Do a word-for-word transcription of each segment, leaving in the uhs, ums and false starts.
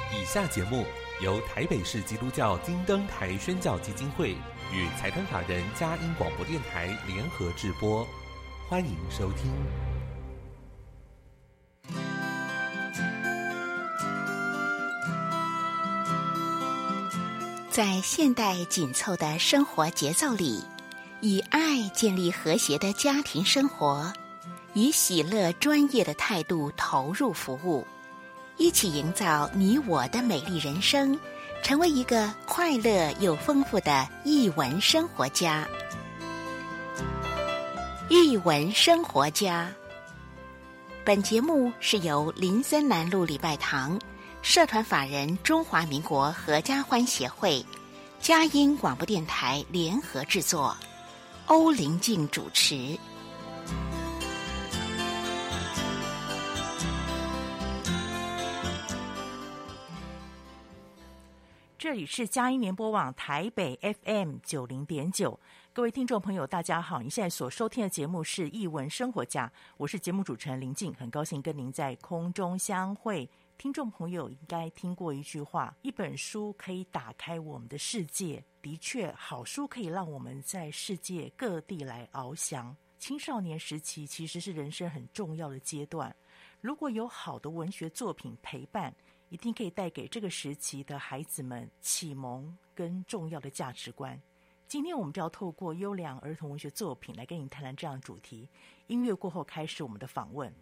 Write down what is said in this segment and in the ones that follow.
以下节目由台北市基督教金灯台宣教基金会与财团法人佳音广播电台联合制播，欢迎收听。 在现代紧凑的生活节奏里，以爱建立和谐的家庭生活，以喜乐专业的态度投入服务，一起营造你我的美丽人生，成为一个快乐又丰富的艺文生活家。艺文生活家，本节目是由林森南路礼拜堂社团法人中华民国合家欢协会、佳音广播电台联合制作，欧玲静主持。 这里是佳音联播网台北 F M 九零点九，各位听众朋友大家好，你现在所收听的节目是艺文生活家，我是节目主持人林静，很高兴跟您在空中相会。听众朋友应该听过一句话，一本书可以打开我们的世界，的确好书可以让我们在世界各地来翱翔。青少年时期其实是人生很重要的阶段，如果有好的文学作品陪伴，一定可以带给这个时期的孩子们启蒙跟重要的价值观。今天我们就要透过优良儿童文学作品来跟你谈谈这样的主题。音乐过后开始我们的访问。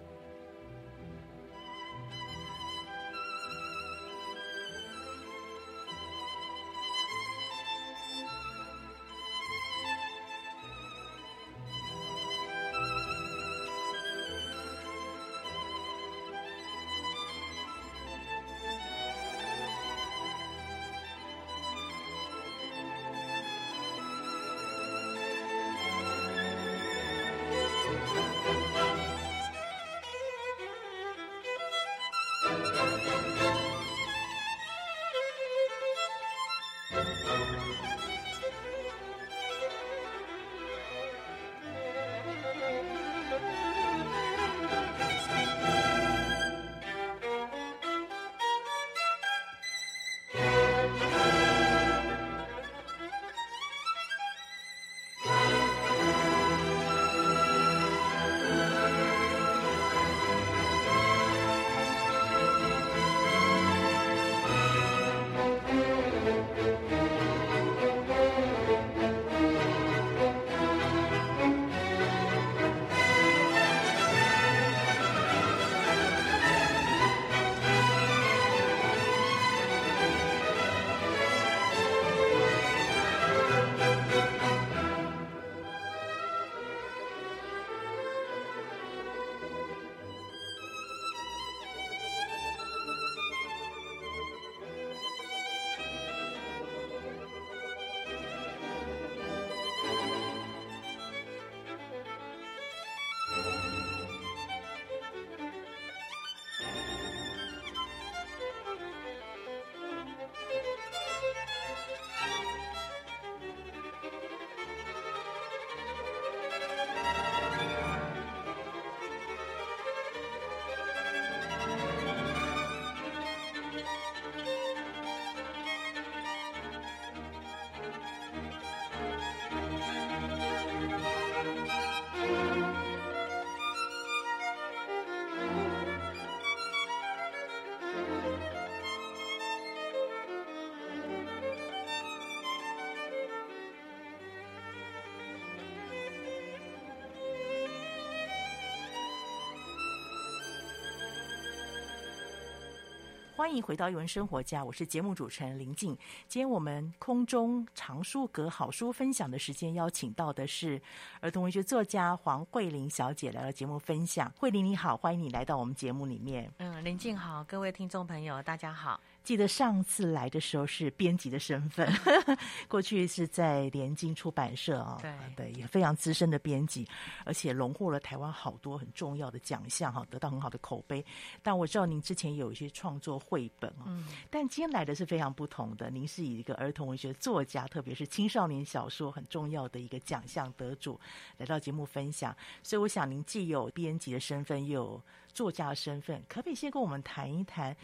欢迎回到艺文生活家，我是节目主持人林静。今天我们空中藏书阁好书分享的时间，邀请到的是儿童文学作家黄慧玲小姐来到节目分享。慧玲你好，欢迎你来到我们节目里面。 嗯，林静好，各位听众朋友大家好。 记得上次来的时候是编辑的身份，过去是在联经出版社啊、哦，对对，也非常资深的编辑，而且荣获了台湾好多很重要的奖项哈，得到很好的口碑。但我知道您之前有一些创作绘本哦，嗯，但今天来的是非常不同的，您是以一个儿童文学作家，特别是青少年小说很重要的一个奖项得主来到节目分享，所以我想您既有编辑的身份，又有作家的身份，可不可以先跟我们谈一谈？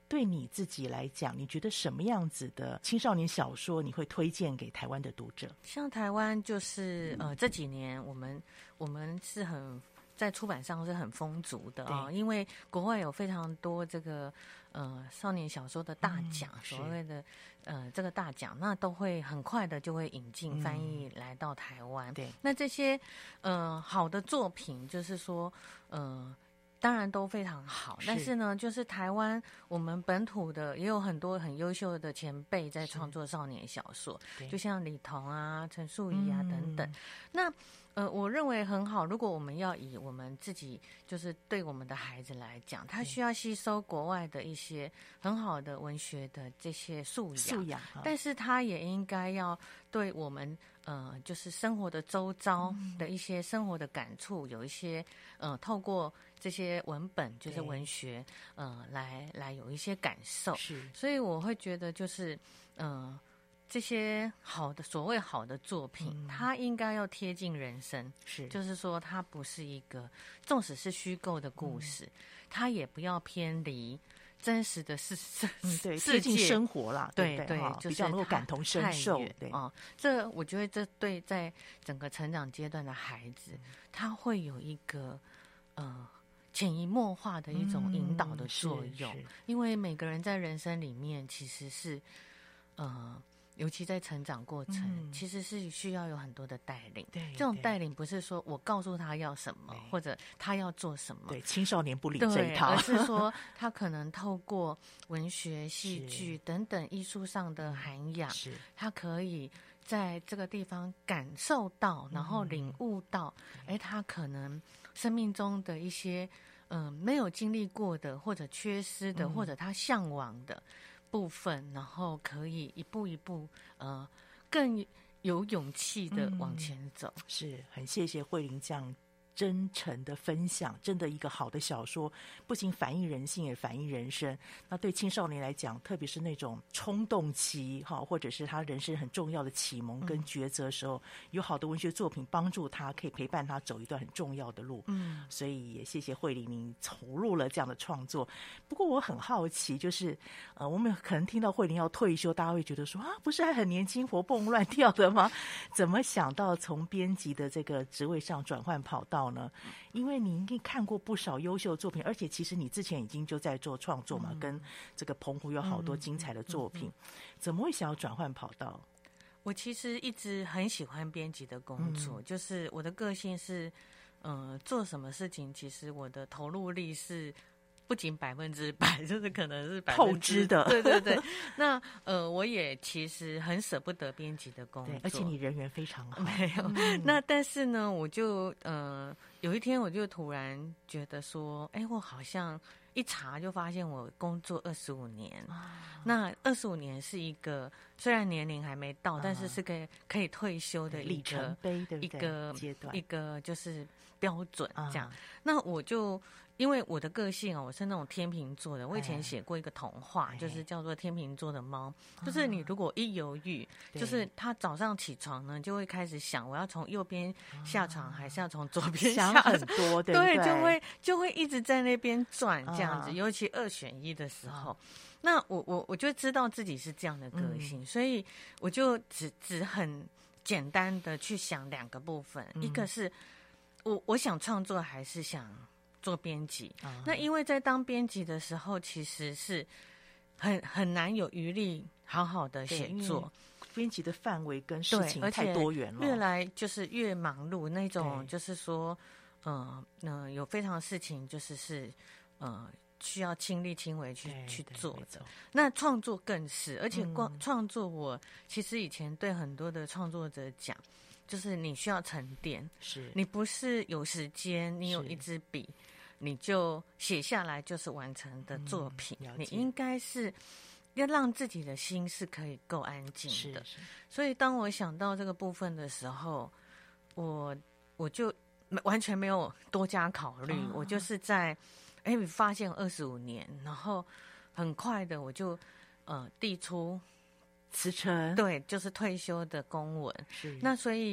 对你自己来讲，你觉得什么样子的青少年小说你会推荐给台湾的读者？ 像台湾就是呃这几年我们我们是很在出版上是很丰足的啊、哦，因为国外有非常多这个呃少年小说的大奖，嗯、所谓的呃这个大奖，那都会很快的就会引进翻译来到台湾。对、嗯，那这些呃好的作品，就是说呃。当然都非常好，但是呢，就是台湾我们本土的也有很多很优秀的前辈在创作少年小说，就像李彤啊、陈树怡啊、嗯、等等。那呃，我认为很好。如果我们要以我们自己，就是对我们的孩子来讲，他需要吸收国外的一些很好的文学的这些素养，素养，但是他也应该要对我们呃，就是生活的周遭的一些生活的感触，有一些呃，透过这些文本，就是文学，呃，来来有一些感受。是，所以我会觉得，就是呃。这些好的所谓好的作品、嗯、它应该要贴近人生，是，就是说它不是一个纵使是虚构的故事、嗯、它也不要偏离真实的事实、嗯、对，贴近生活啦，对 对, 对、哦、就是比较能够感同身受。对啊、哦，这我觉得这对在整个成长阶段的孩子、嗯、他会有一个呃潜移默化的一种引导的作用、嗯、因为每个人在人生里面其实是呃尤其在成长过程、嗯、其实是需要有很多的带领。对，这种带领不是说我告诉他要什么或者他要做什么，对，青少年不理这一套，而是说他可能透过文学、戏剧等等艺术上的涵养，是他可以在这个地方感受到，然后领悟到，哎、嗯，他可能生命中的一些嗯、呃、没有经历过的，或者缺失的，嗯、或者他向往的部分，然后可以一步一步呃更有勇气的往前走、嗯、是很谢谢慧玲这样真诚的分享。真的一个好的小说不仅反映人性也反映人生，那对青少年来讲，特别是那种冲动期或者是他人生很重要的启蒙跟抉择的时候、嗯、有好的文学作品帮助他，可以陪伴他走一段很重要的路。嗯，所以也谢谢慧玲您投入了这样的创作。不过我很好奇，就是呃，我们可能听到慧玲要退休，大家会觉得说啊，不是还很年轻活蹦乱跳的吗？怎么想到从编辑的这个职位上转换跑道呢？因为你应该看过不少优秀的作品，而且其实你之前已经就在做创作嘛、嗯、跟这个澎湖有好多精彩的作品、嗯嗯嗯、怎么会想要转换跑道？我其实一直很喜欢编辑的工作、嗯、就是我的个性是呃，做什么事情其实我的投入力是不仅百分之百，就是可能是百分之透支的。对对对。那呃，我也其实很舍不得编辑的工作，而且你人缘非常好。没有。嗯、那但是呢，我就呃，有一天我就突然觉得说，哎，我好像一查就发现我工作二十五年。啊、那二十五年是一个虽然年龄还没到，啊、但是是个可以退休的一个里程碑，对不对？一个阶段，一个就是标准这样。啊、那我就。因为我的个性哦，我是那种天秤座的。我以前写过一个童话，哎、就是叫做《天秤座的猫》，哎、就是你如果一犹豫，就是他早上起床呢，就会开始想，我要从右边下床，还是要从左边下床？想很多，对不对？对，就会就会一直在那边转这样子。啊、尤其二选一的时候，啊、那我我我就知道自己是这样的个性，嗯、所以我就只只很简单的去想两个部分，嗯、一个是我我想创作，还是想做编辑、嗯、那因为在当编辑的时候其实是很很难有余力好好的写作，编辑的范围跟事情太多元了，越来就是越忙碌那种，就是说呃呃有非常的事情就是是呃需要亲力亲为去去做的。那创作更是，而且光创作我其实以前对很多的创作者讲，就是你需要沉淀，是你不是有时间你有一支笔你就写下来就是完成的作品、嗯、你应该是要让自己的心是可以够安静的。所以当我想到这个部分的时候，我我就完全没有多加考虑、哦、我就是在哎发现二十五年，然后很快的我就呃递出辞呈，对，就是退休的公文。是，那所以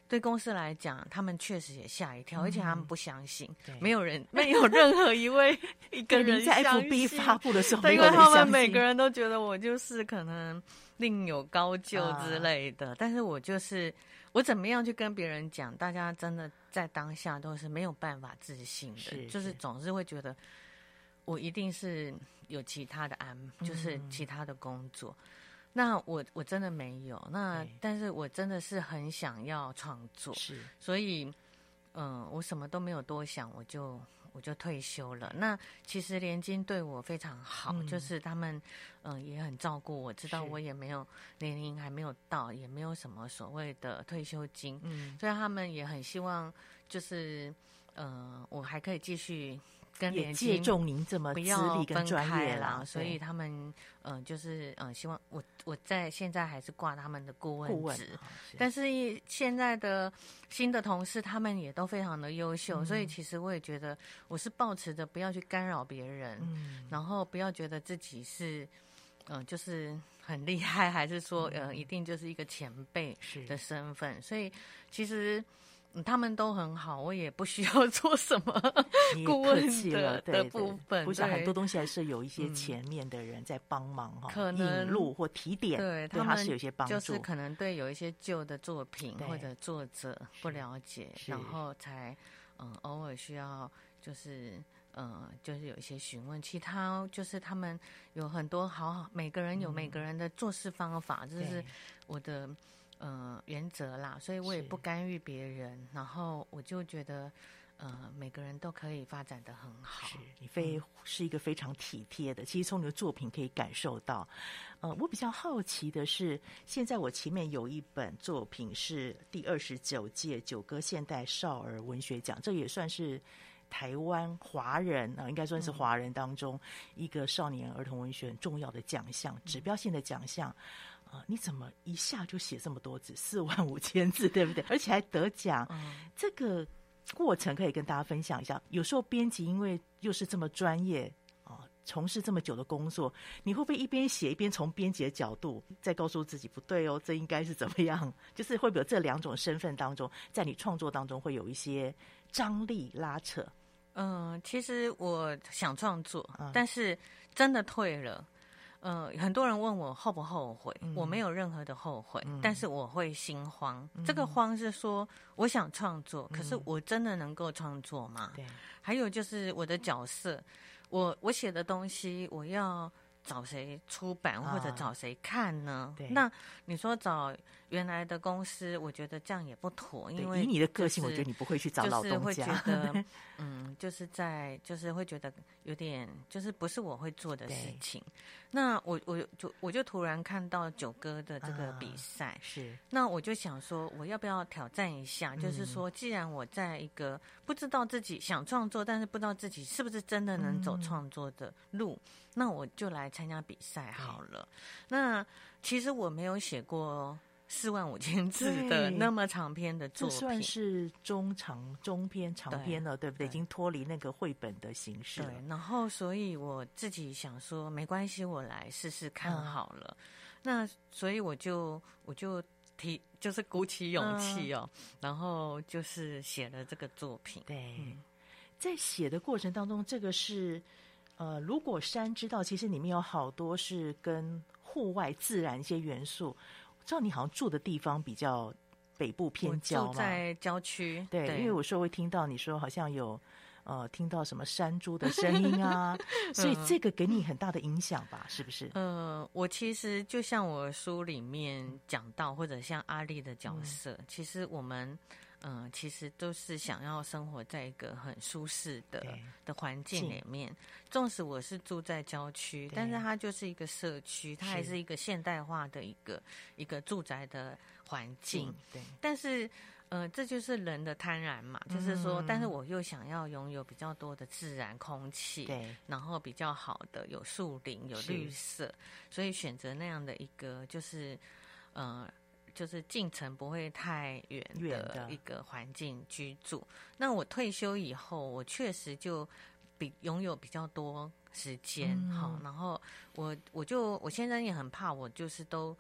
对公司来讲，他们确实也吓一跳，嗯、而且他们不相信， 对没有人，没有任何一位一个人在相 F B 信发布的时候， 对，因为他们每个人都觉得我就是可能另有高就之类的，啊、但是我就是我怎么样去跟别人讲，大家真的在当下都是没有办法自信的， 是就是总是会觉得我一定是有其他的安，嗯、就是其他的工作。那我我真的没有，那但是我真的是很想要创作， 是， 所以嗯，我什么都没有多想，我就我就退休了。那其实联经对我非常好，嗯、就是他们嗯也很照顾我，知道我也没有年龄还没有到，也没有什么所谓的退休金，嗯，所以他们也很希望就是呃我还可以继续。跟联经也借重您这么资历跟专业啦，所以他们嗯、呃、就是嗯、呃、希望我我在现在还是挂他们的顾问职，但是现在的新的同事他们也都非常的优秀，嗯、所以其实我也觉得我是抱持着不要去干扰别人，嗯、然后不要觉得自己是嗯、呃、就是很厉害，还是说嗯、呃、一定就是一个前辈的身份，所以其实。嗯、他们都很好，我也不需要做什么顾问的的部分。 我想很多东西还是有一些前面的人在帮忙哈， 可能引路或提点， 对他们是有些帮助。 就是可能对有一些旧的作品或者作者不了解，然后才嗯偶尔需要就是嗯就是有一些询问。其他就是他们有很多好好，每个人有每个人的做事方法，这、嗯、是我的。呃，原则啦，所以我也不干预别人，然后我就觉得，呃，每个人都可以发展得很好。 是你非、嗯、是一个非常体贴的，其实从你的作品可以感受到。呃，我比较好奇的是，现在我前面有一本作品是第二十九届九歌现代少儿文学奖，这也算是台湾华人啊、呃，应该算是华人当中一个少年儿童文学很重要的奖项，指标性的奖项。啊，你怎么一下就写这么多字，四万五千字，对不对？而且还得奖，嗯、这个过程可以跟大家分享一下。有时候编辑因为又是这么专业啊，从事这么久的工作，你会不会一边写一边从编辑的角度再告诉自己不对哦，这应该是怎么样？就是会不会有这两种身份当中，在你创作当中会有一些张力拉扯？ 嗯，其实我想创作，嗯、但是真的退了。呃，很多人问我后不后悔，嗯、我没有任何的后悔，嗯、但是我会心慌。嗯、这个慌是说，我想创作，嗯、可是我真的能够创作吗？对。还有就是我的角色，我我写的东西，我要找谁出版或者找谁看呢？啊、那你说找原来的公司，我觉得这样也不妥，因为、就是、 以你的个性，我觉得你不会去找老东家， 就是会觉得嗯，就是在就是会觉得有点就是不是我会做的事情。那我我就我就突然看到九歌的这个比赛，啊、 是， 那我就想说，我要不要挑战一下？嗯、就是说，既然我在一个不知道自己想创作，但是不知道自己是不是真的能走创作的路，嗯、那我就来参加比赛好了。那其实我没有写过四万五千字的那么长篇的作品， 这算是中长中篇长篇了， 对, 对不对？已经脱离那个绘本的形式了。 对，然后所以我自己想说，没关系，我来试试看好了。嗯、那所以我就我就提，就是鼓起勇气哦，嗯、然后就是写了这个作品。 对，嗯、在写的过程当中，这个是呃，如果山知道，其实里面有好多是跟户外自然一些元素。知道你好像住的地方比较北部偏郊嘛， 我住在郊区。 对，对，因为有时候会听到你说好像有呃听到什么山猪的声音啊，所以这个给你很大的影响吧？是不是？ 呃，我其实就像我书里面讲到，或者像阿丽的角色，嗯、其实我们。嗯，其实都是想要生活在一个很舒适的的环境里面。纵使我是住在郊区，但是它就是一个社区，它还是一个现代化的一个一个住宅的环境。对，但是呃，这就是人的贪婪嘛，嗯、就是说，但是我又想要拥有比较多的自然空气，对，然后比较好的有树林、有绿色，所以选择那样的一个就是呃。就是进程不会太远的一个环境居住。那我退休以后，我确实就比拥有比较多时间，好、嗯，然后我我就我先生也很怕我，就是都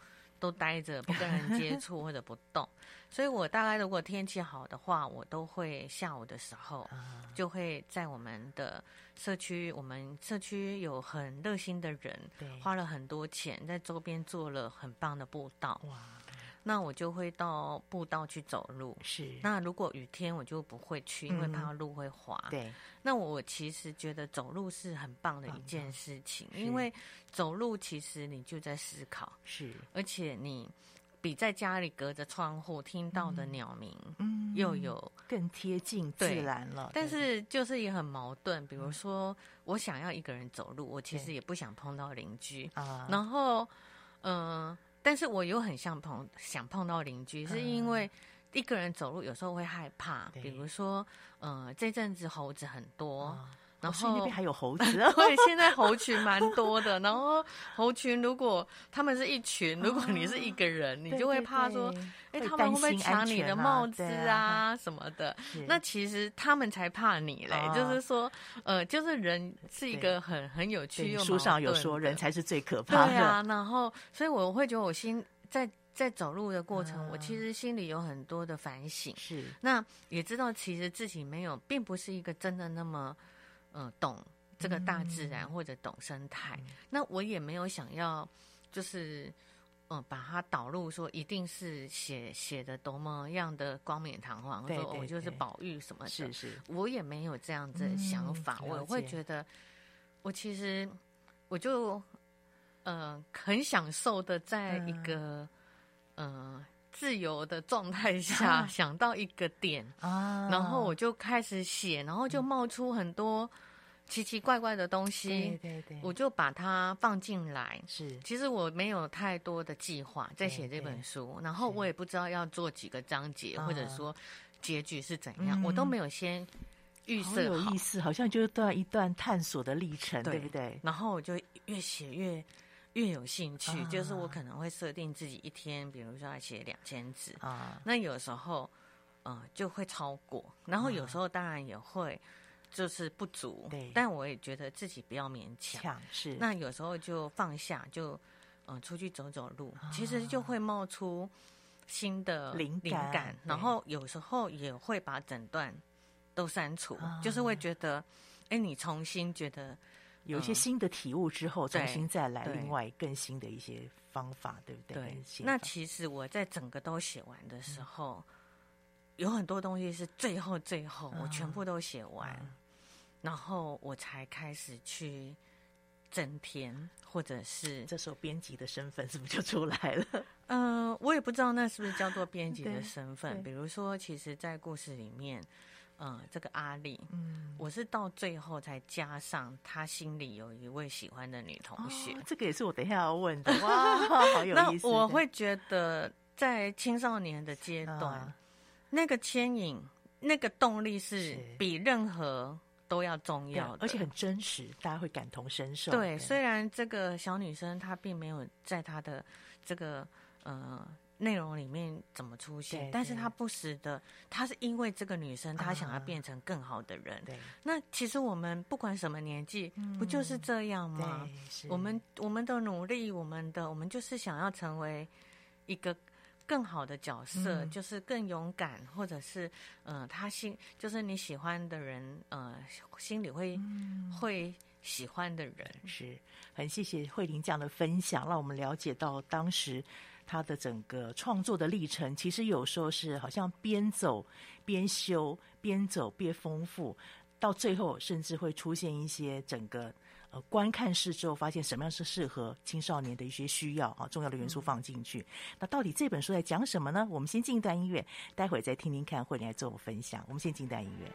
都待着，不跟人接触或者不动。所以我大概如果天气好的话，我都会下午的时候就会在我们的社区，我们社区有很热心的人，花了很多钱在周边做了很棒的步道。哇！那我就会到步道去走路。是。那如果雨天，我就不会去，因为怕路会滑。嗯、对。那我其实觉得走路是很棒的一件事情，嗯、因为走路其实你就在思考。是。而且你比在家里隔着窗户听到的鸟鸣，嗯，又有更贴近自然了。 但是就是也很矛盾，比如说我想要一个人走路，我其实也不想碰到邻居啊。然后，嗯、呃。但是我又很想碰想碰到邻居，是因为一个人走路有时候会害怕，比如说，呃，这阵子猴子很多，哦、然后、 哦、那边还有猴子， 对，现在猴群蛮多的。然后猴群如果他们是一群，如果你是一个人，哦、你就会怕说，哎，他们会不会抢你的帽子啊，啊什么的？那其实他们才怕你嘞，哦、就是说，呃，就是人是一个很很有趣又矛盾的。 书上有说，人才是最可怕的。 对啊，然后所以我会觉得我心在。在走路的过程、嗯，我其实心里有很多的反省，是那也知道其实自己没有，并不是一个真的那么，呃，懂这个大自然或者懂生态。嗯、那我也没有想要，就是，嗯、呃，把它导入说一定是写写的多么样的光冕堂皇，说我就是保育什么的，是是，我也没有这样子的想法，嗯、我会觉得，我其实我就，呃，很享受的在一个。嗯呃，自由的状态下、啊、想到一个点啊，然后我就开始写，然后就冒出很多奇奇怪怪的东西，对对对，我就把它放进来。是，其实我没有太多的计划在写这本书，然后我也不知道要做几个章节，或者说结局是怎样，嗯、我都没有先预设好。 好有意思，好像就是段一段探索的历程， 对, 对不对？ 然后我就越写越。越有兴趣、啊，就是我可能会设定自己一天，比如说要写两千字啊，那有时候，呃，就会超过，然后有时候当然也会就是不足，对、啊，但我也觉得自己不要勉强，是。那有时候就放下，就呃出去走走路、啊，其实就会冒出新的灵感，灵感然后有时候也会把整段都删除，啊、就是会觉得，哎，你重新觉得。 有一些新的体悟之后，嗯、重新再来另外更新的一些方法，对不对？ 对。那其实我在整个都写完的时候，嗯、有很多东西是最后最后、嗯、我全部都写完、嗯，然后我才开始去增添，或者是这时候编辑的身份是不是就出来了？ 嗯、呃，我也不知道那是不是叫做编辑的身份。比如说，其实，在故事里面。嗯，这个阿丽，嗯，我是到最后才加上他心里有一位喜欢的女同学， 哦、这个也是我等一下要问的。哇，好有意思！ 那我会觉得，在青少年的阶段，啊、那个牵引、那个动力是比任何都要重要的， 而且很真实，大家会感同身受。 对，对虽然这个小女生她并没有在她的这个呃。内容里面怎么出现？但是他不时的，他是因为这个女生，他想要变成更好的人。对、啊，那其实我们不管什么年纪、嗯，不就是这样吗？我们我们的努力，我们的我们就是想要成为一个更好的角色，嗯、就是更勇敢，或者是呃，他心就是你喜欢的人，呃，心里会、嗯、会喜欢的人。 是很谢谢慧玲这样的分享，让我们了解到当时。他的整个创作的历程，其实有时候是好像边走边修，边走边丰富，到最后甚至会出现一些整个呃观看式之后，发现什么样是适合青少年的一些需要啊，重要的元素放进去。嗯、那到底这本书在讲什么呢？我们先进一段音乐，待会儿再听听看慧玲来做我分享。我们先进一段音乐。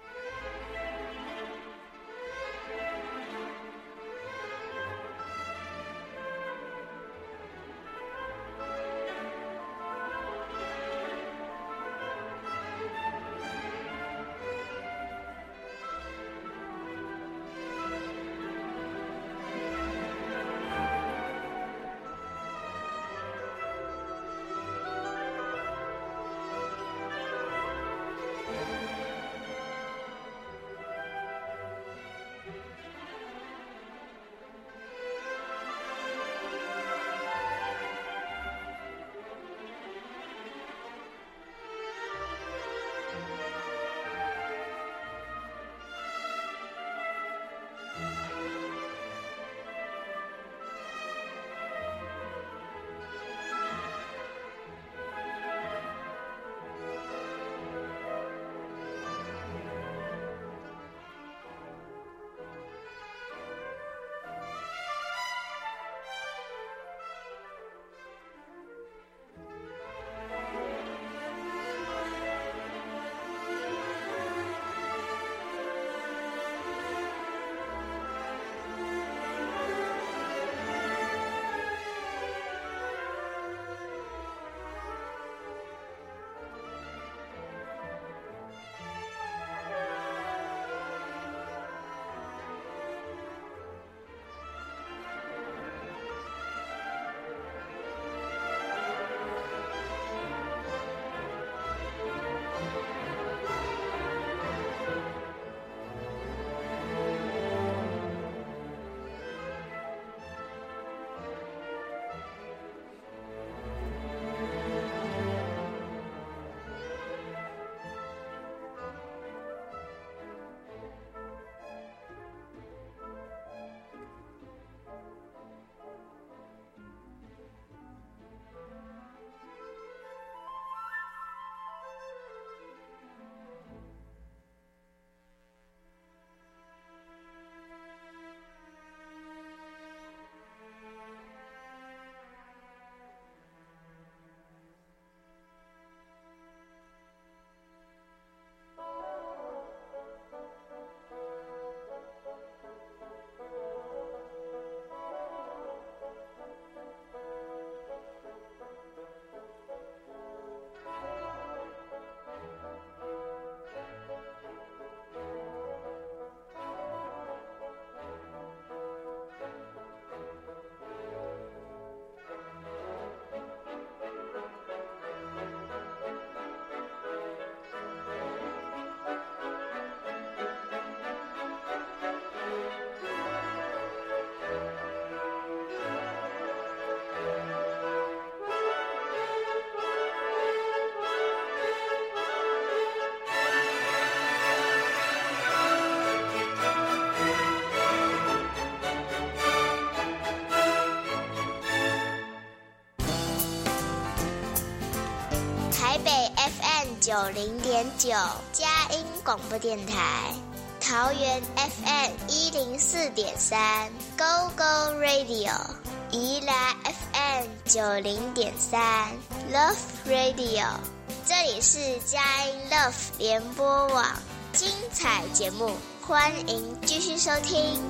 九零点九，佳音广播电台。桃园 F M 一零四点三 ，Go Go Radio， 宜兰 F M 九零点三 ，Love Radio， 这里是佳音 Love 联播网，精彩节目，欢迎继续收听。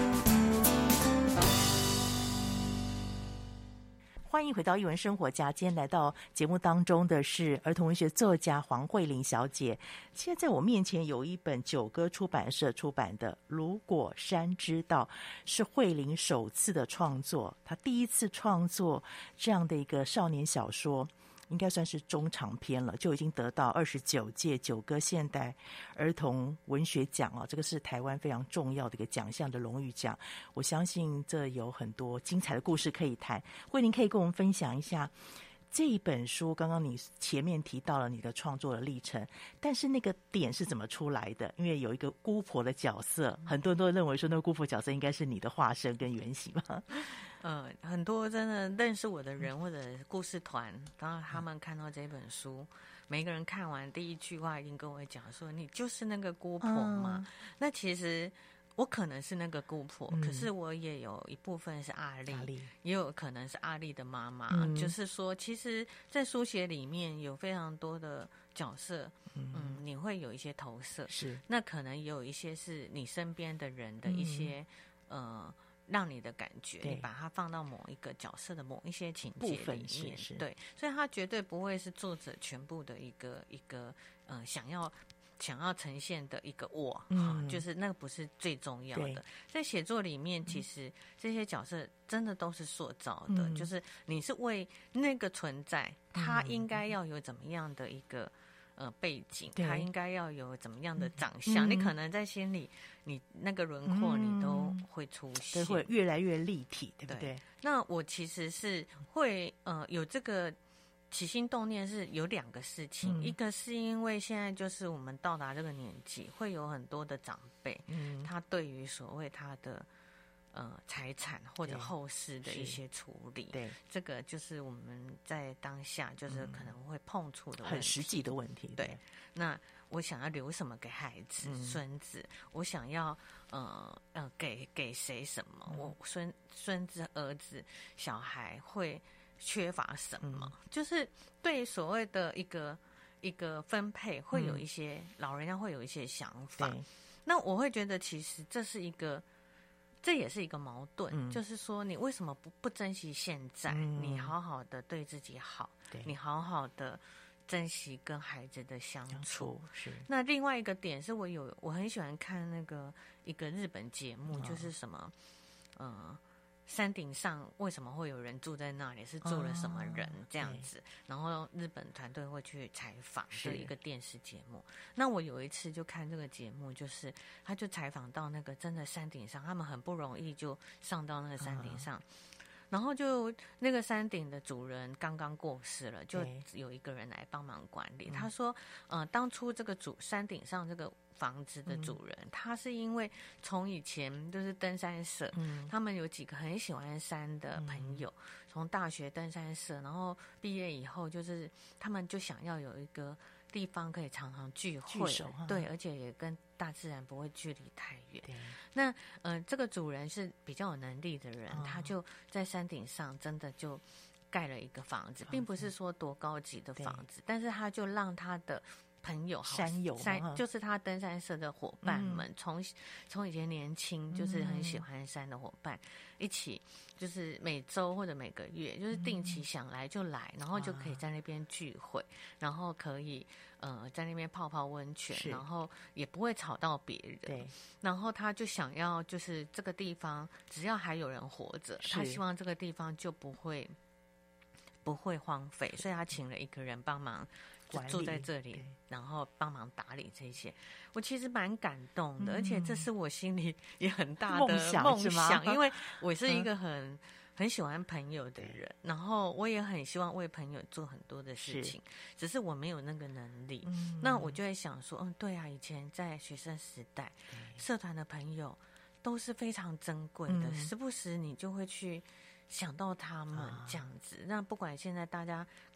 欢迎回到艺文生活家，今天来到节目当中的是儿童文学作家黄慧玲小姐。现在在我面前有一本九歌出版社出版的《如果山知道》，是慧玲首次的创作，她第一次创作这样的一个少年小说，应该算是中长篇了，就已经得到二十九届九歌现代儿童文学奖啊，这个是台湾非常重要的一个奖项的荣誉奖。我相信这有很多精彩的故事可以谈。慧玲可以跟我们分享一下这一本书，刚刚你前面提到了你的创作的历程，但是那个点是怎么出来的？因为有一个姑婆的角色，很多人都认为说那个姑婆角色应该是你的化身跟原型嘛。 呃，很多真的认识我的人或者故事团，当然他们看到这本书，每一个人看完第一句话一定跟我讲说：“你就是那个姑婆嘛。嗯”那其实我可能是那个姑婆，嗯、可是我也有一部分是阿丽，阿丽也有可能是阿丽的妈妈。嗯、就是说，其实，在书写里面有非常多的角色，嗯，嗯你会有一些投射，是那可能也有一些是你身边的人的一些、嗯、呃。让你的感觉，你把它放到某一个角色的某一些情节里面，对，所以它绝对不会是作者全部的一个一个呃想要想要呈现的一个我，嗯，就是那个不是最重要的。在写作里面，其实这些角色真的都是塑造的，嗯、就是你是为那个存在，它应该要有怎么样的一个。呃，背景他应该要有怎么样的长相？嗯、你可能在心里，你那个轮廓你都会出现， 对，会越来越立体，对不对？ 对那我其实是会呃有这个起心动念，是有两个事情，嗯、一个是因为现在就是我们到达这个年纪，会有很多的长辈，嗯，他对于所谓他的。呃，财产或者后事的一些处理，对，这个就是我们在当下就是可能会碰触的问题， 很实际的问题。 对，对那我想要留什么给孩子、嗯、孙子？我想要呃呃给给谁什么？嗯、我孙孙子、儿子、小孩会缺乏什么？嗯、就是对所谓的一个一个分配，会有一些、嗯、老人家会有一些想法。那我会觉得，其实这是一个。这也是一个矛盾，嗯、就是说你为什么不不珍惜现在？嗯、你好好的对自己好，你好好的珍惜跟孩子的相处。是那另外一个点是我有我很喜欢看那个一个日本节目，哦、就是什么呃山顶上为什么会有人住在那里？是住了什么人、哦、这样子？然后日本团队会去采访的一个电视节目。那我有一次就看这个节目，就是他就采访到那个真的山顶上，他们很不容易就上到那个山顶上。哦然后就那个山顶的主人刚刚过世了，就有一个人来帮忙管理。他说，呃，当初这个主山顶上这个房子的主人，嗯、他是因为从以前就是登山社，嗯、他们有几个很喜欢山的朋友，嗯、从大学登山社，然后毕业以后，就是他们就想要有一个地方可以常常聚会，聚对，而且也跟大自然不会距离太远。那呃，这个主人是比较有能力的人，哦、他就在山顶上真的就盖了一个房子，并不是说多高级的房子，但是他就让他的朋友山友山就是他登山社的伙伴们，从从、嗯、以前年轻就是很喜欢山的伙伴，嗯、一起就是每周或者每个月就是定期想来就来，嗯、然后就可以在那边聚会，啊、然后可以呃在那边泡泡温泉，然后也不会吵到别人。对，然后他就想要就是这个地方只要还有人活着，他希望这个地方就不会不会荒废，所以他请了一个人帮忙。就住在这里，然后帮忙打理这些，我其实蛮感动的，嗯、而且这是我心里也很大的梦想，梦想因为我是一个很、嗯、很喜欢朋友的人，然后我也很希望为朋友做很多的事情，是只是我没有那个能力。嗯、那我就会想说，嗯，对啊，以前在学生时代，社团的朋友都是非常珍贵的，嗯、时不时你就会去想到他们这样子。嗯、那不管现在大家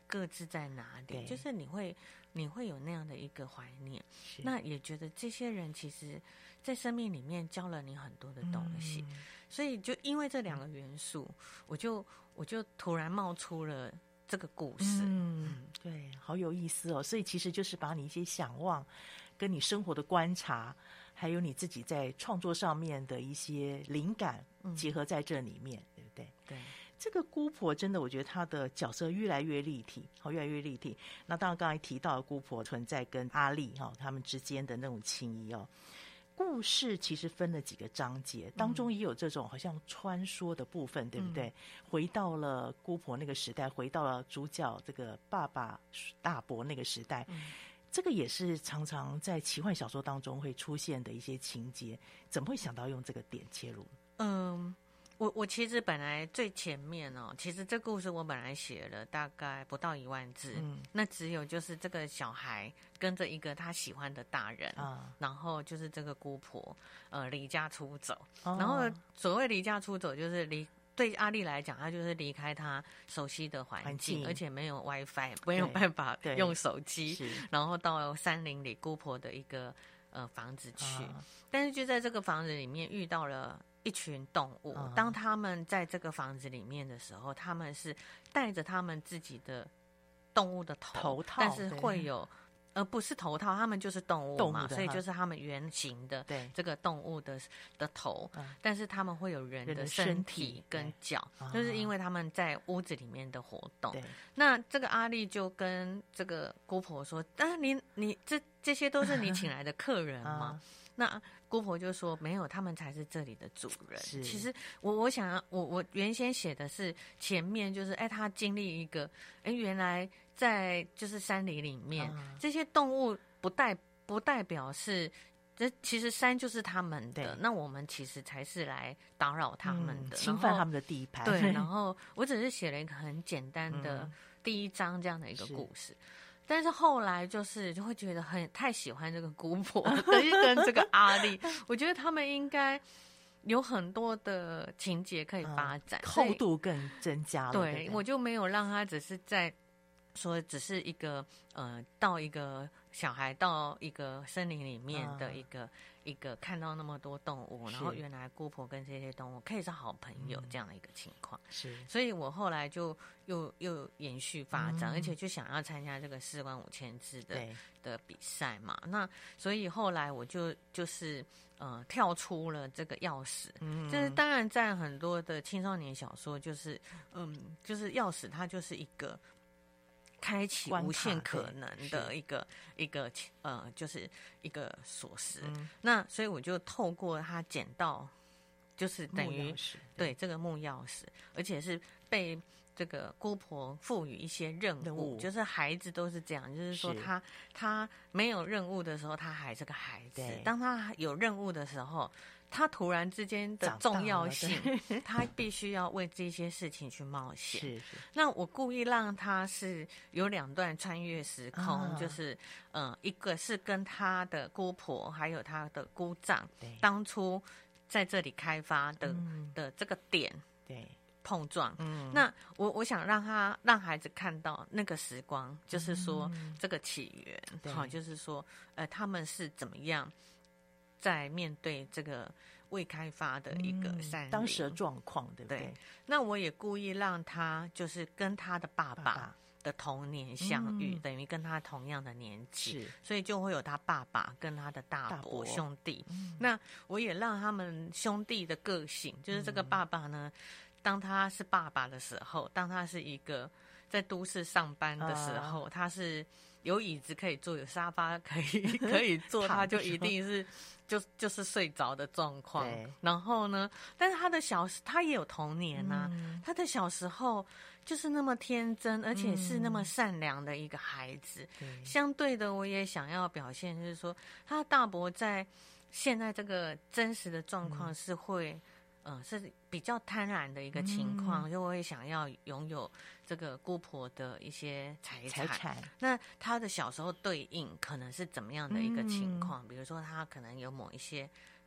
各自在哪里，就是你会你会有那样的一个怀念，那也觉得这些人其实在生命里面教了你很多的东西，嗯、所以就因为这两个元素，我就我就突然冒出了这个故事。 嗯，对，好有意思哦。所以其实就是把你一些想望，跟你生活的观察，还有你自己在创作上面的一些灵感结合在这里面，嗯、对不对？ 对。 这个姑婆真的，我觉得她的角色越来越立体，好，越来越立体。那当然，刚才提到的姑婆存在跟阿丽哈他们之间的那种情谊哦。故事其实分了几个章节，当中也有这种好像穿梭的部分，嗯、对不对？回到了姑婆那个时代，回到了主角这个爸爸大伯那个时代，嗯、这个也是常常在奇幻小说当中会出现的一些情节。怎么会想到用这个点切入？ 嗯。我我其实本来最前面哦，其实这故事我本来写了大概不到一万字，嗯，那只有就是这个小孩跟着一个他喜欢的大人啊，然后就是这个姑婆呃离家出走，哦、然后所谓离家出走就是离对阿丽来讲，他就是离开他熟悉的环境，环境而且没有 WiFi， 没有办法用手机，然后到山林里姑婆的一个呃房子去，啊、但是就在这个房子里面遇到了一群动物，嗯、当他们在这个房子里面的时候，他们是戴着他们自己的动物的头， 头套， 但是会有，呃，不是头套，他们就是动物嘛，所以就是他们圆形的这个动物的的头，嗯、但是他们会有人的身体跟脚，就是因为他们在屋子里面的活动。那这个阿丽就跟这个姑婆说：“啊，你你这这些都是你请来的客人吗？”嗯、那姑婆就说没有，他们才是这里的主人。其实我我想要我我原先写的是前面就是哎，他经历一个哎，原来在就是山里里面、嗯、这些动物不代不代表是这其实山就是他们的，那我们其实才是来打扰他们的，嗯、 侵犯他们的地盘。 对，然后我只是写了一个很简单的第一章这样的一个故事。但是后来就是就会觉得很太喜欢这个姑婆跟跟这个阿丽，我觉得他们应该有很多的情节可以发展， 嗯、厚度更增加了。 对，对我就没有让他只是在说只是一个呃到一个小孩到一个森林里面的一个、嗯、一个看到那么多动物，然后原来姑婆跟这些动物可以是好朋友这样的一个情况。 是， 所以我后来就又又延续发展、嗯，而且就想要参加这个四万五千字的的比赛嘛。那所以后来我就就是呃跳出了这个钥匙，嗯，就是当然在很多的青少年小说，就是嗯，就是钥匙它就是一个开启无限可能的一个一个呃，就是一个锁匙、嗯。那所以我就透过它捡到，就是等于对这个木钥匙，而且是被这个姑婆赋予一些任务，任务就是孩子都是这样，就是说他他没有任务的时候，他还是个孩子；当他有任务的时候，他突然之间的重要性，他必须要为这些事情去冒险。是是。那我故意让他是有两段穿越时空，啊、就是嗯、呃，一个是跟他的姑婆还有他的姑丈当初在这里开发的、嗯、的这个点，对。碰撞，嗯，那我我想让他让孩子看到那个时光，就是说、嗯、这个起源，好，就是说，呃，他们是怎么样在面对这个未开发的一个山林、嗯、 当时的状况，对不对？对。 那我也故意让他就是跟他的爸爸的童年相遇，嗯、等于跟他同样的年纪，所以就会有他爸爸跟他的大伯兄弟。嗯、那我也让他们兄弟的个性，就是这个爸爸呢。嗯当他是爸爸的时候，当他是一个在都市上班的时候，呃、他是有椅子可以坐，有沙发可以可以坐，他就一定是就就是睡着的状况。然后呢，但是他的小他也有童年啊、嗯，他的小时候就是那么天真，而且是那么善良的一个孩子。嗯、相对的，我也想要表现，就是说，他的大伯在现在这个真实的状况是会。嗯嗯，是比较贪婪的一个情况，嗯、就会想要拥有这个姑婆的一些财产。财产那他的小时候对应可能是怎么样的一个情况？嗯、比如说，他可能有某一些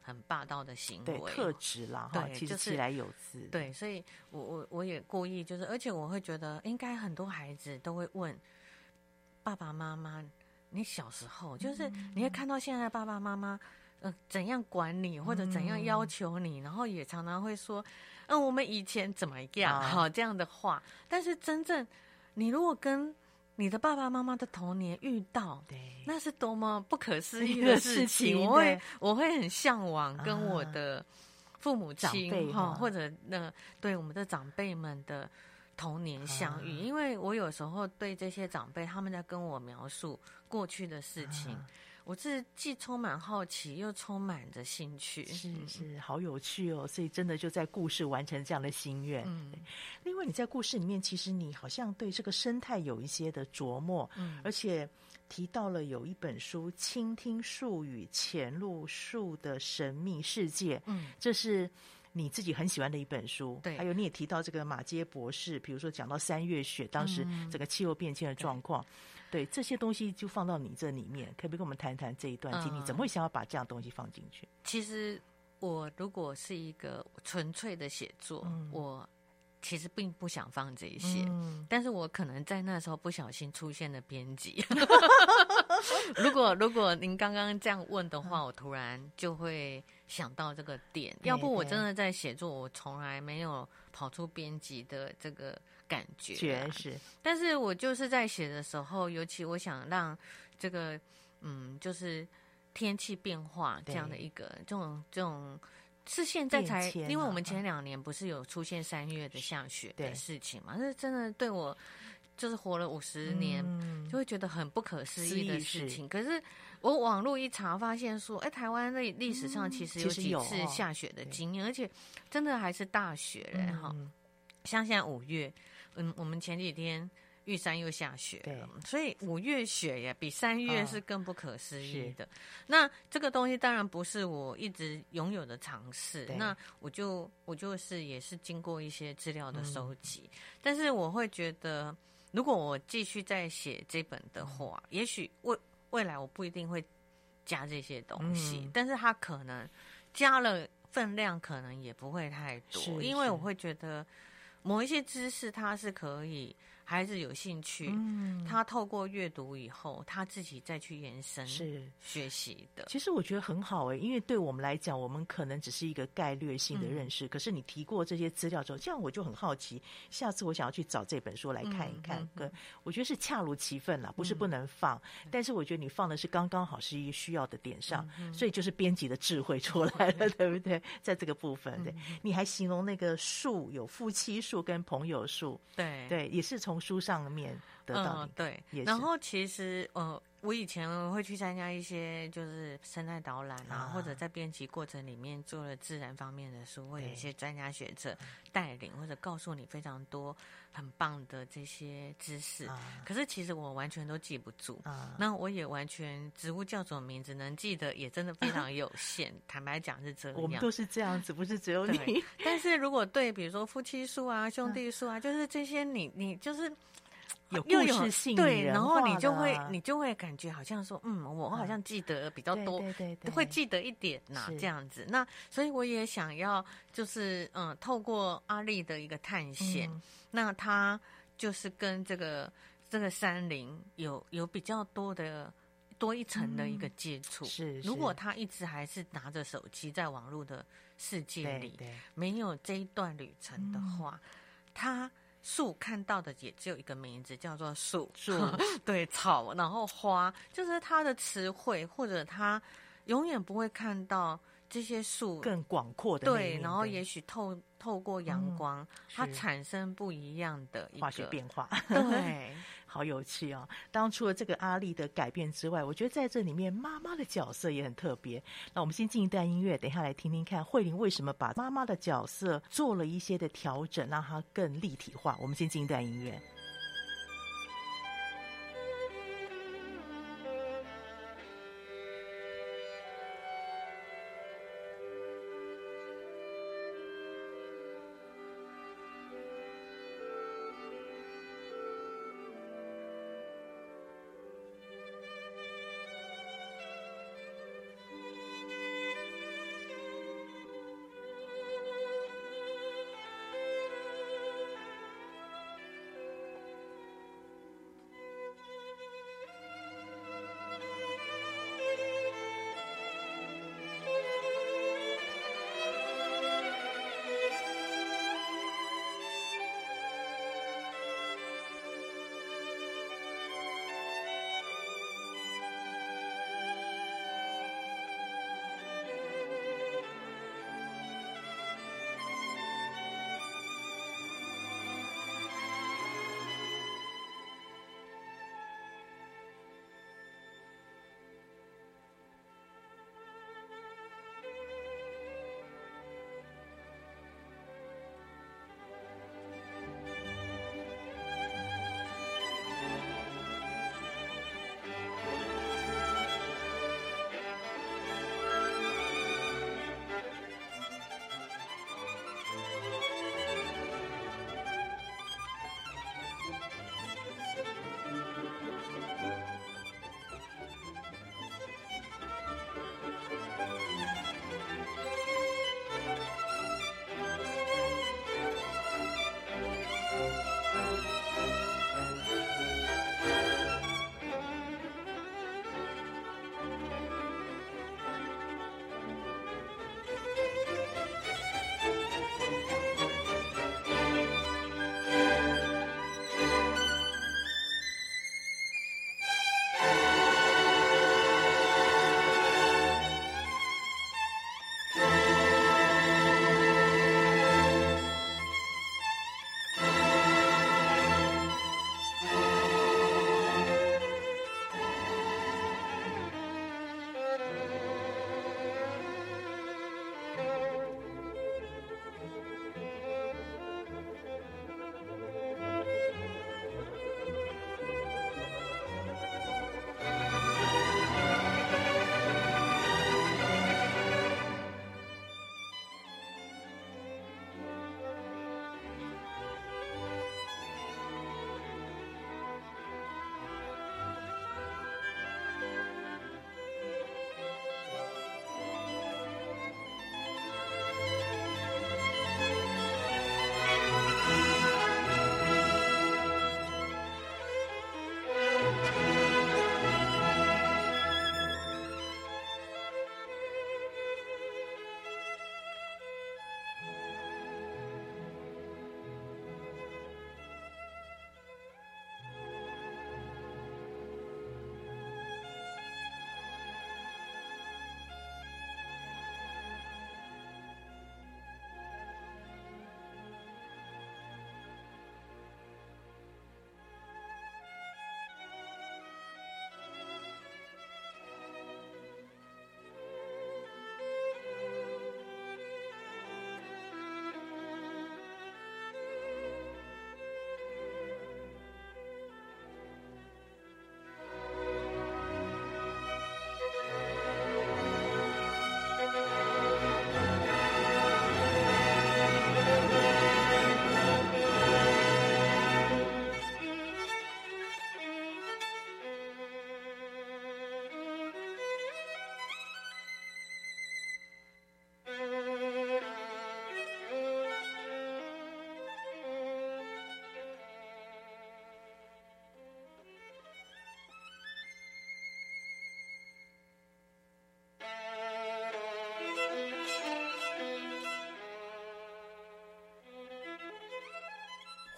很霸道的行为， 对，特质啦，哈，其实其来有自、就是。 对，所以我我我也故意就是，而且我会觉得，应该很多孩子都会问爸爸妈妈，你小时候就是你会看到现在爸爸妈妈。呃，怎样管你，或者怎样要求你，嗯、然后也常常会说，嗯、呃，我们以前怎么样，好、啊、这样的话。但是真正你如果跟你的爸爸妈妈的童年遇到，对，那是多么不可思议的事情。我会我会很向往跟我的父母亲哈、啊，或者那对我们的长辈们的童年相遇、啊，因为我有时候对这些长辈他们在跟我描述过去的事情。啊，我是既充满好奇又充满着兴趣， 是是，好有趣哦！所以真的就在故事完成这样的心愿。嗯，另外你在故事里面，其实你好像对这个生态有一些的琢磨，嗯，而且提到了有一本书《倾听树语：潜入树的神秘世界》，嗯，这是你自己很喜欢的一本书。对，还有你也提到这个马偕博士，比如说讲到三月雪，当时整个气候变迁的状况。嗯，对，这些东西就放到你这里面，可不可以跟我们谈谈这一段经历？嗯、怎么会想要把这样东西放进去？ 其实我如果是一个纯粹的写作，嗯、我其实并不想放这些、嗯，但是我可能在那时候不小心出现了编辑。如果如果您刚刚这样问的话，我突然就会想到这个点。要不我真的在写作，我从来没有跑出编辑的这个感觉、啊， 确实。但是我就是在写的时候，尤其我想让这个嗯，就是天气变化这样的一个这种这种是现在才、啊，因为我们前两年不是有出现三月的下雪的事情嘛，是真的对我就是活了五十年、嗯，就会觉得很不可思议的事情。可是我网络一查，发现说，哎，台湾的历史上其实有几次下雪的经验、嗯，而且真的还是大雪嘞哈、嗯。像现在五月，嗯，我们前几天玉山又下雪了，所以五月雪也比三月是更不可思议的。哦、那这个东西当然不是我一直拥有的尝试，那我就我就是也是经过一些资料的收集、嗯，但是我会觉得。如果我继续再写这本的话，嗯、也许未未来我不一定会加这些东西，嗯、但是它可能加了分量，可能也不会太多，因为我会觉得某一些知识它是可以孩子有兴趣，嗯，他透过阅读以后，他自己再去延伸是学习的。 其实我觉得很好哎、欸，因为对我们来讲，我们可能只是一个概略性的认识，嗯、可是你提过这些资料之后，这样我就很好奇，下次我想要去找这本书来看一看。嗯嗯嗯、我觉得是恰如其分啦，不是不能放，嗯、但是我觉得你放的是刚刚好是一个需要的点上，嗯嗯、所以就是编辑的智慧出来了，对不对？在这个部分，对，嗯、你还形容那个树有夫妻树跟朋友树，对对，也是从书上面得到、 嗯、对，然后其实呃，我以前会去参加一些就是生态导览啊，啊或者在编辑过程里面做了自然方面的书，会有一些专家学者带领或者告诉你非常多很棒的这些知识、啊、可是其实我完全都记不住、啊、那我也完全植物叫什么名字能记得也真的非常有限坦白讲是这样， 我们都是这样子，不是只有你。 但是如果对比如说夫妻树啊兄弟树啊、嗯、就是这些你你就是有故事性， 对，然后你就会你就会感觉好像说，嗯，我好像记得比较多， 对对对， 会记得一点呐、啊，这样子。那所以我也想要，就是嗯，透过阿丽的一个探险，嗯、那他就是跟这个这个山林有有比较多的多一层的一个接触。嗯、是，如果他一直还是拿着手机在网络的世界里，对对没有这一段旅程的话，嗯、他。树看到的也只有一个名字，叫做树。树对草，然后花，就是它的词汇，或者它永远不会看到这些树更广阔的对，然后也许透透过阳光、嗯，它产生不一样的一个化学变化。 对， 好有趣哦！当除了这个阿丽的改变之外，我觉得在这里面妈妈的角色也很特别。那我们先进一段音乐，等一下来听听看慧玲为什么把妈妈的角色做了一些的调整，让它更立体化。我们先进一段音乐。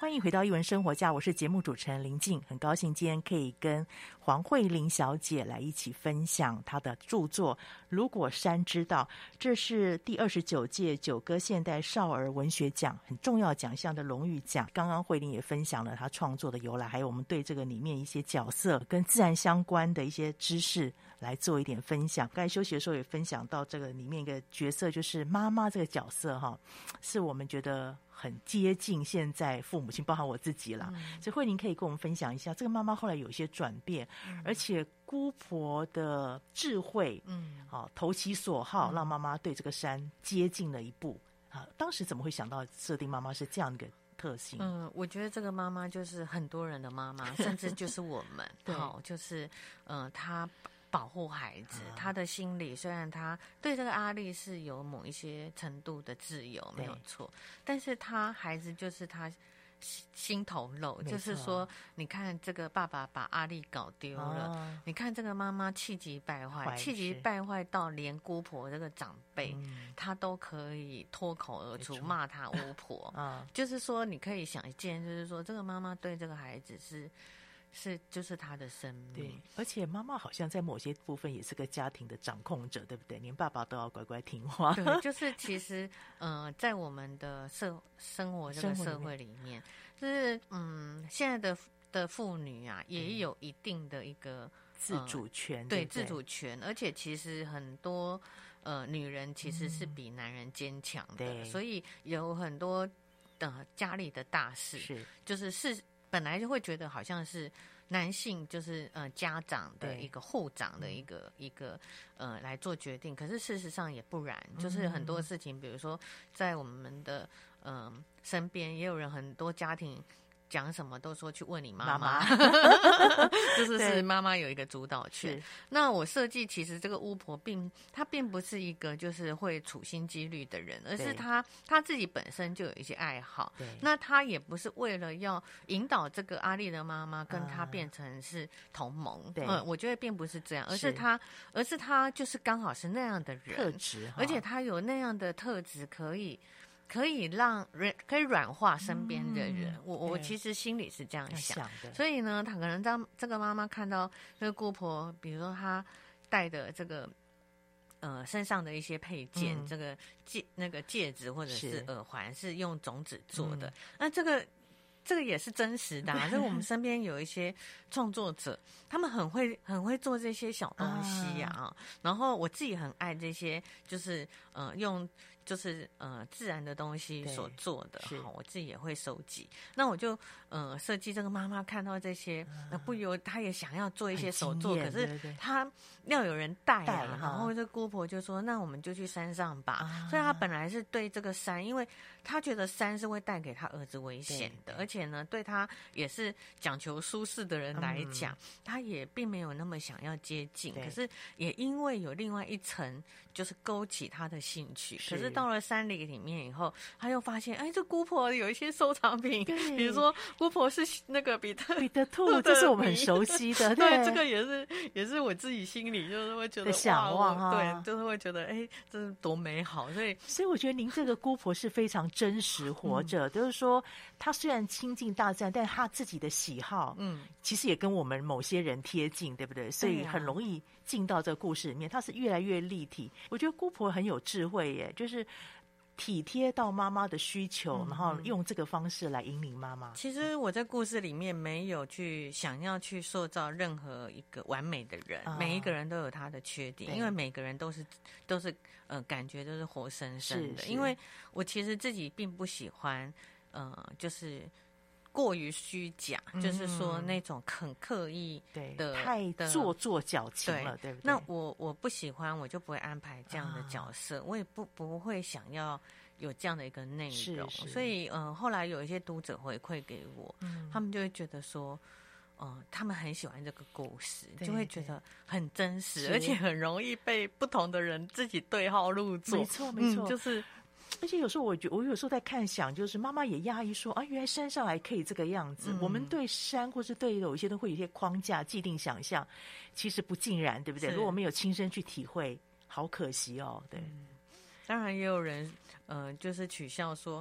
欢迎回到艺文生活家，我是节目主持人林静，很高兴今天可以跟黄慧玲小姐来一起分享她的著作《如果山知道》，这是第二十九届九歌现代少儿文学奖很重要奖项的荣誉奖。刚刚慧玲也分享了她创作的由来，还有我们对这个里面一些角色跟自然相关的一些知识来做一点分享。刚才休息的时候也分享到这个里面一个角色，就是妈妈这个角色哈，是我们觉得很接近现在父母亲，包含我自己啦。嗯、所以慧玲可以跟我们分享一下，这个妈妈后来有一些转变，嗯、而且姑婆的智慧，嗯，好、哦、投其所好，让妈妈对这个山接近了一步。啊，当时怎么会想到设定妈妈是这样一个特性？ 嗯，我觉得这个妈妈就是很多人的妈妈，甚至就是我们，好、哦，就是呃，她保护孩子，他的心里虽然他对这个阿丽是有某一些程度的自由，没有错，但是他孩子就是他心头肉，就是说，你看这个爸爸把阿丽搞丢了，哦、你看这个妈妈气急败坏，气急败坏到连姑婆这个长辈，嗯、他都可以脱口而出骂他巫婆，啊、就是说，你可以想见，就是说，这个妈妈对这个孩子是。是，就是他的生命。 对，而且妈妈好像在某些部分也是个家庭的掌控者，对不对？连爸爸都要乖乖听话。 对，就是其实，呃，在我们的社生活这个社会里面，就是嗯，现在的的妇女啊，也有一定的一个、嗯、 自主权， 对, 对, 对自主权，而且其实很多呃女人其实是比男人坚强的， 嗯、 所以有很多的、呃、家里的大事， 是就是是。本来就会觉得好像是男性就是呃家长的一个护长的一个一个呃来做决定，可是事实上也不然，就是很多事情，比如说在我们的嗯、呃、身边也有人，很多家庭讲什么都说去问你妈妈，就是是妈妈有一个主导权。那我设计其实这个巫婆并她并不是一个就是会处心积虑的人，而是她她自己本身就有一些爱好。那她也不是为了要引导这个阿丽的妈妈跟她变成是同盟，嗯，我觉得并不是这样，而是她而是她就是刚好是那样的人特质， 而且她有那样的特质可以。可以让人可以软化身边的人，嗯、我我其实心里是这样想， 想的。 所以呢，他可能当这个妈妈看到这个姑婆，比如说她戴的这个呃身上的一些配件，嗯、这个戒那个戒指或者是耳环是用种子做的，嗯、那这个。这个也是真实的、啊，所以我们身边有一些创作者，他们很会很会做这些小东西呀、啊啊、然后我自己很爱这些，就是呃用就是呃自然的东西所做的，好，我自己也会收集。那我就呃设计这个妈妈看到这些，呃、不由她也想要做一些手作，可是她要有人带啊。带然后这姑婆就说：“那我们就去山上吧。啊”所以她本来是对这个山，因为她觉得山是会带给她儿子危险的，而且。而且呢，对他也是讲求舒适的人来讲，嗯、他也并没有那么想要接近。可是也因为有另外一层，就是勾起他的兴趣。是可是到了山里里面以后，他又发现，哎，这姑婆有一些收藏品，比如说姑婆是那个彼得彼得兔，这是我们很熟悉的。 对，对这个也是也是我自己心里就是会觉得想望啊， 对，就是会觉得，哎，这是多美好。所以， 所以我觉得您这个姑婆是非常真实活着，嗯、就是说，她虽然亲近大自然，但他自己的喜好，嗯，其实也跟我们某些人贴近，对不对？所以很容易进到这个故事里面，他是越来越立体。我觉得姑婆很有智慧耶，就是体贴到妈妈的需求，嗯、然后用这个方式来引领妈妈。 其实我在故事里面没有去想要去塑造任何一个完美的人，啊、每一个人都有他的缺点，因为每个人都是都是呃感觉都是活生生的。因为我其实自己并不喜欢呃就是。过于虚假，嗯、就是说那种很刻意的， 太做作矫情了， 对, 对不对？ 那我我不喜欢，我就不会安排这样的角色，啊、我也不不会想要有这样的一个内容。是是所以，嗯、呃，后来有一些读者回馈给我，嗯、他们就会觉得说，呃，他们很喜欢这个故事，就会觉得很真实，而且很容易被不同的人自己对号入座。 没错，没错， 嗯、就是。 而且有时候我觉我有时候在看想，就是妈妈也讶异说啊，原来山上还可以这个样子。嗯、我们对山或是对有一些都会有一些框架、既定想象，其实不尽然，对不对？如果没有亲身去体会，好可惜哦。对， 嗯、当然也有人呃，就是取笑说。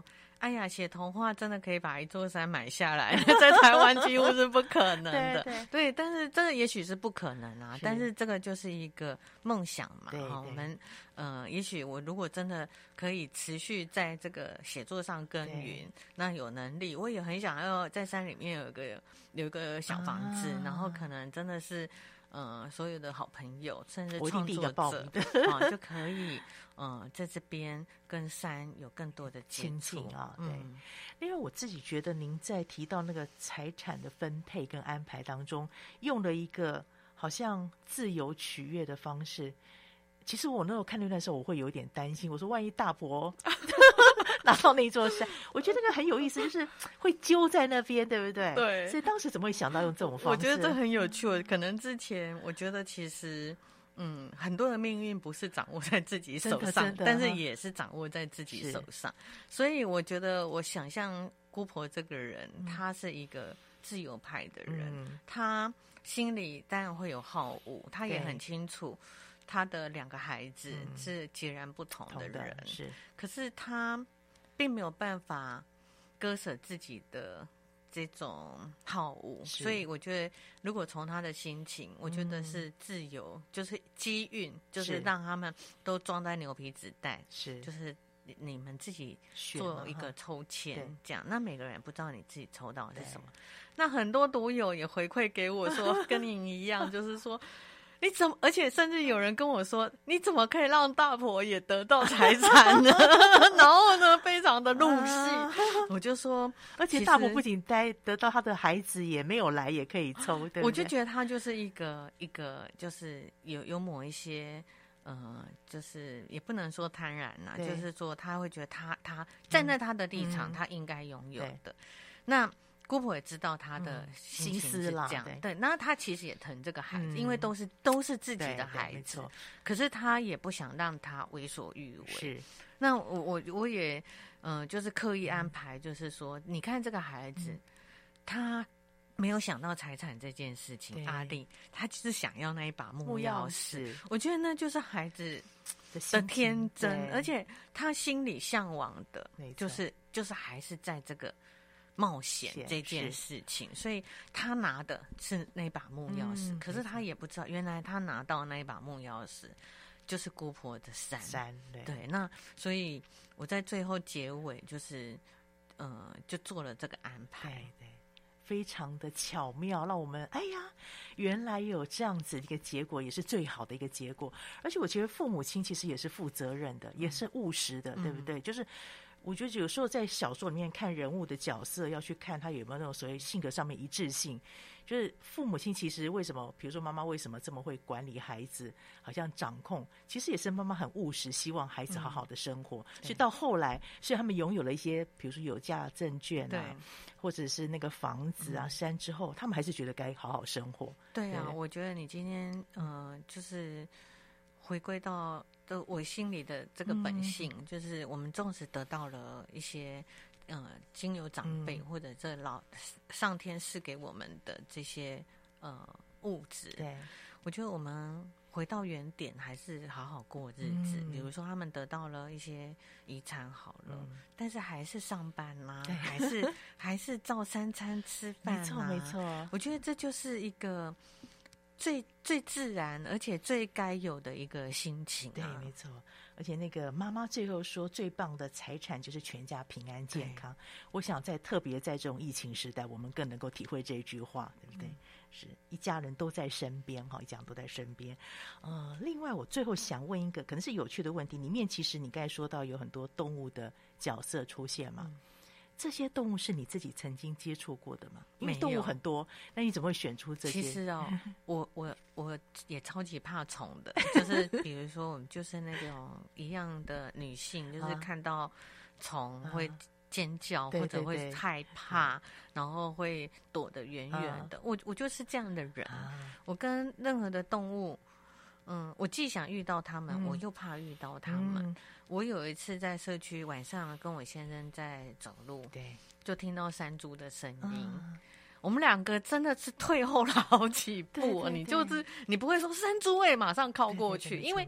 哎呀，写童话真的可以把一座山买下来，在台湾几乎是不可能的。 对, 对, 对，但是真的也许是不可能啊。但是这个就是一个梦想嘛。 对对我们呃，也许我如果真的可以持续在这个写作上耕耘，那有能力，我也很想要在山里面有一个有一个小房子，啊、然后可能真的是。呃，所有的好朋友，甚至创作者啊，就可以呃，在这边跟山有更多的亲近啊。对， 嗯， 因为我自己觉得您在提到那个财产的分配跟安排当中，用了一个好像自由取悦的方式。其实我那时候看那段时候，我会有点担心，我说万一大伯拿到那座山，我觉得那个很有意思，就是会揪在那边，对不对？ 对。 所以当时怎么会想到用这种方式？ 我觉得这很有趣。可能之前我觉得其实，嗯，很多的命运不是掌握在自己手上，但是也是掌握在自己手上。所以我觉得，我想象姑婆这个人，嗯、她是一个自由派的人，嗯、她心里当然会有好恶，她也很清楚。他的两个孩子是截然不同的人， 嗯、是， 可是他并没有办法割舍自己的这种好恶，所以我觉得，如果从他的心情，我觉得是自由，嗯、就是机运，就是让他们都装在牛皮纸袋， 是， 就是你们自己做一个抽签，这样，那每个人不知道你自己抽到的是什么。那很多读友也回馈给我说，跟你一样，就是说。你怎么？而且甚至有人跟我说：“你怎么可以让大婆也得到财产呢？”然后呢，非常的入戏。啊、我就说， 而且大婆不仅得得到他的孩子也没有来，也可以抽，对不对？ 我就觉得他就是一个一个，就是有有某一些呃，就是也不能说贪婪啦，就是说他会觉得他他站在他的立场，嗯、他应该拥有的。那。姑婆也知道他的心情是这样，嗯、对，那他其实也疼这个孩子，嗯、因为都是都是自己的孩子，可是他也不想让他为所欲为。是，那我我我也嗯、呃，就是刻意安排，就是说，嗯、你看这个孩子，嗯、他没有想到财产这件事情，阿丽，他就是想要那一把木钥匙。我觉得那就是孩子的天真，而且他心里向往的，就是就是还是在这个。冒险这件事情，所以他拿的是那把木钥匙，嗯、可是他也不知道，原来他拿到那一把木钥匙就是姑婆的山。 山 对, 对，那所以我在最后结尾就是，呃，就做了这个安排， 对对，非常的巧妙，让我们哎呀，原来有这样子一个结果，也是最好的一个结果。而且我觉得父母亲其实也是负责任的，嗯、也是务实的，嗯、对不对？就是。我觉得有时候在小说里面看人物的角色，要去看他有没有那种所谓性格上面一致性。就是父母亲其实为什么，比如说妈妈为什么这么会管理孩子，好像掌控，其实也是妈妈很务实，希望孩子好好的生活。嗯、所以到后来，所以他们拥有了一些，比如说有价证券啊，或者是那个房子啊、山之后，他们还是觉得该好好生活。 对啊，对我觉得你今天呃，就是回归到。的我心里的这个本性，嗯、就是我们纵使得到了一些呃经由长辈、嗯、或者这老上天赐给我们的这些呃物质， 对， 我觉得我们回到原点，还是好好过日子。嗯、比如说他们得到了一些遗产好了，嗯、但是还是上班啦、啊，还是还是照三餐吃饭、啊， 没错没错。 我觉得这就是一个。最最自然，而且最该有的一个心情、啊。 对，没错。而且那个妈妈最后说，最棒的财产就是全家平安健康。我想在特别在这种疫情时代，我们更能够体会这句话，对不对？嗯、是一家人都在身边，哈，一家人都在身边。呃，另外我最后想问一个可能是有趣的问题，里面其实你刚才说到有很多动物的角色出现嘛。嗯这些动物是你自己曾经接触过的吗？因为动物很多，那你怎么会选出这些？ 其实哦，我我我也超级怕虫的，就是比如说我们就是那种一样的女性，就是看到虫会尖叫、啊、或者会害怕，对对对然后会躲得远远的。啊、我我就是这样的人，啊、我跟任何的动物。嗯，我既想遇到他们，嗯、我又怕遇到他们。嗯、我有一次在社区晚上跟我先生在走路，对，就听到山猪的声音。嗯、我们两个真的是退后了好几步，对对对你就是你不会说山猪哎，马上靠过去，对对对因为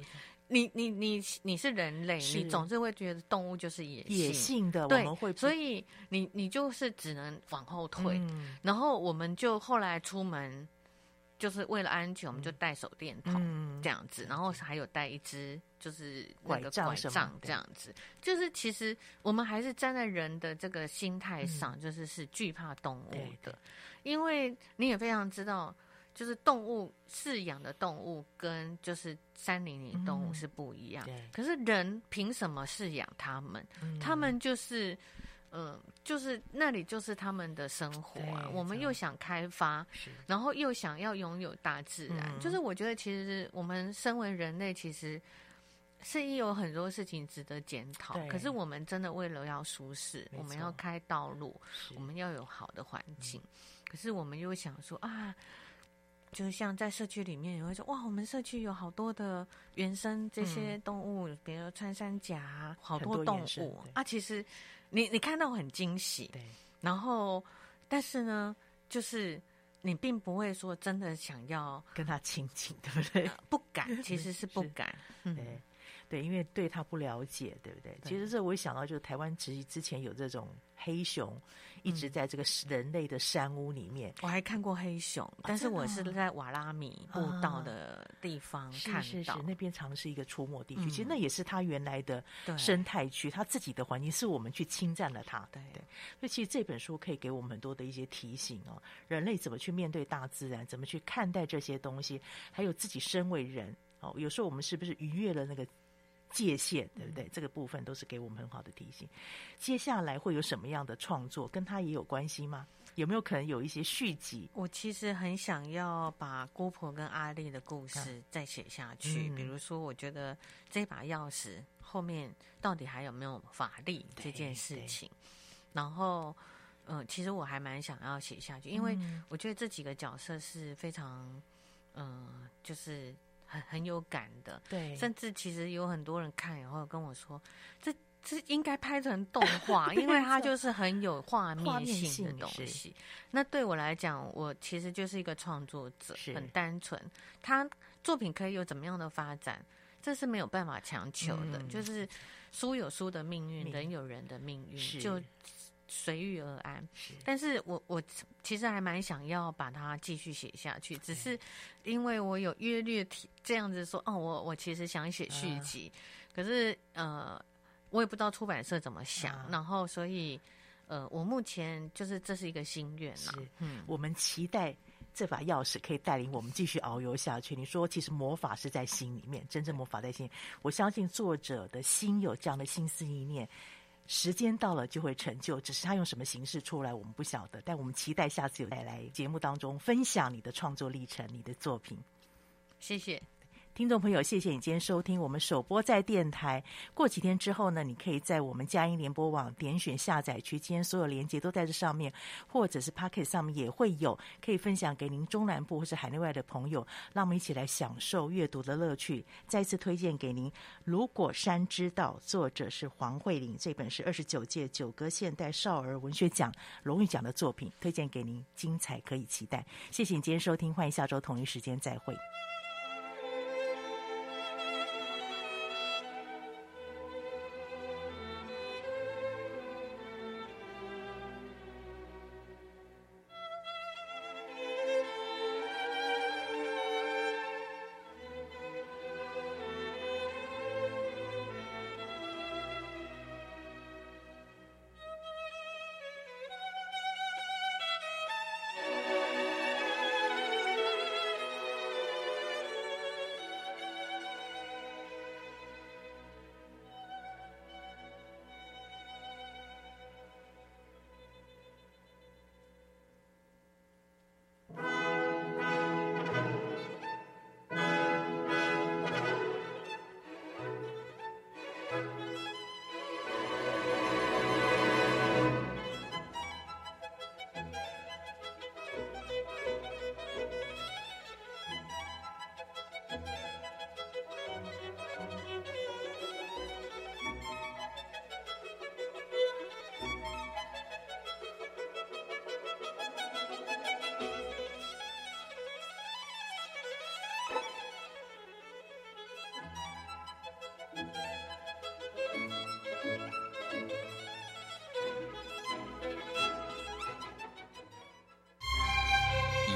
你你你你是人类，你总是会觉得动物就是野性野性的， 对， 我们会， 所以你你就是只能往后退， 嗯、 然后我们就后来出门，就是为了安全，我们就带手电筒、嗯、这样子，然后还有带一支就是那个拐杖这样子，就是其实我们还是站在人的这个心态上，嗯、就是是惧怕动物的，因为你也非常知道。就是动物饲养的动物跟就是山林里动物是不一样，嗯、可是人凭什么饲养它们？嗯、他们就是，呃，就是那里就是他们的生活啊。我们又想开发，然后又想要拥有大自然，嗯、就是我觉得其实我们身为人类，其实是有很多事情值得检讨。可是我们真的为了要舒适，我们要开道路，我们要有好的环境，嗯、可是我们又想说啊。就像在社区里面，也会说哇，我们社区有好多的原生这些动物，嗯、比如穿山甲，好多动物啊。其实你你看到很惊喜，对。然后，但是呢，就是你并不会说真的想要跟他亲近，对不对？ 呃、不敢，其实是不敢。 嗯、对对，因为对他不了解，对不对？对其实这我一想到，就是台湾之之前有这种黑熊。一直在这个人类的山屋里面， 我还看过黑熊，啊、但是我是在瓦拉米步道的地方看到， 啊、是是是，那边常是一个出没地区。嗯、其实那也是它原来的生态区，它自己的环境，是我们去侵占了它。对对，所以其实这本书可以给我们很多的一些提醒哦，人类怎么去面对大自然，怎么去看待这些东西，还有自己身为人哦，有时候我们是不是逾越了那个界限，对不对？嗯、这个部分都是给我们很好的提醒。接下来会有什么样的创作，跟他也有关系吗？有没有可能有一些续集？ 我其实很想要把姑婆跟阿丽的故事再写下去。嗯、比如说，我觉得这把钥匙后面到底还有没有法力这件事情。然后，嗯、呃，其实我还蛮想要写下去，因为我觉得这几个角色是非常，嗯、呃，就是。很很有感的， 对， 甚至其实有很多人看以后跟我说，这这应该拍成动画，因为它就是很有画面性的东西。那对我来讲，我其实就是一个创作者，很单纯。他作品可以有怎么样的发展，这是没有办法强求的。嗯、就是书有书的命运，人有人的命运，就。随遇而安，但是我我其实还蛮想要把它继续写下去，只是因为我有约略这样子说，哦，我我其实想写续集，啊、可是呃，我也不知道出版社怎么想，啊、然后所以呃，我目前就是这是一个心愿啦， 嗯，我们期待这把钥匙可以带领我们继续遨游下去。你说，其实魔法是在心里面，真正魔法在心。我相信作者的心有这样的心思意念。时间到了就会成就，只是他用什么形式出来我们不晓得，但我们期待下次有再来节目当中分享你的创作历程，你的作品。 谢谢听众朋友，谢谢你今天收听我们首播在电台。过几天之后呢，你可以在我们佳音联播网点选下载区，今天所有连结都在这上面，或者是 Pocket 上面也会有，可以分享给您中南部或是海内外的朋友，让我们一起来享受阅读的乐趣。再次推荐给您《如果山知道》，作者是黄慧玲，这本是二十九届九歌现代少儿文学奖荣誉奖的作品，推荐给您，精彩可以期待。谢谢你今天收听，欢迎下周同一时间再会。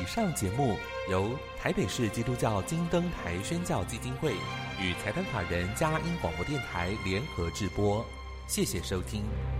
上节目由台北市基督教金灯台宣教基金会与财团法人佳音广播电台联合制播，谢谢收听。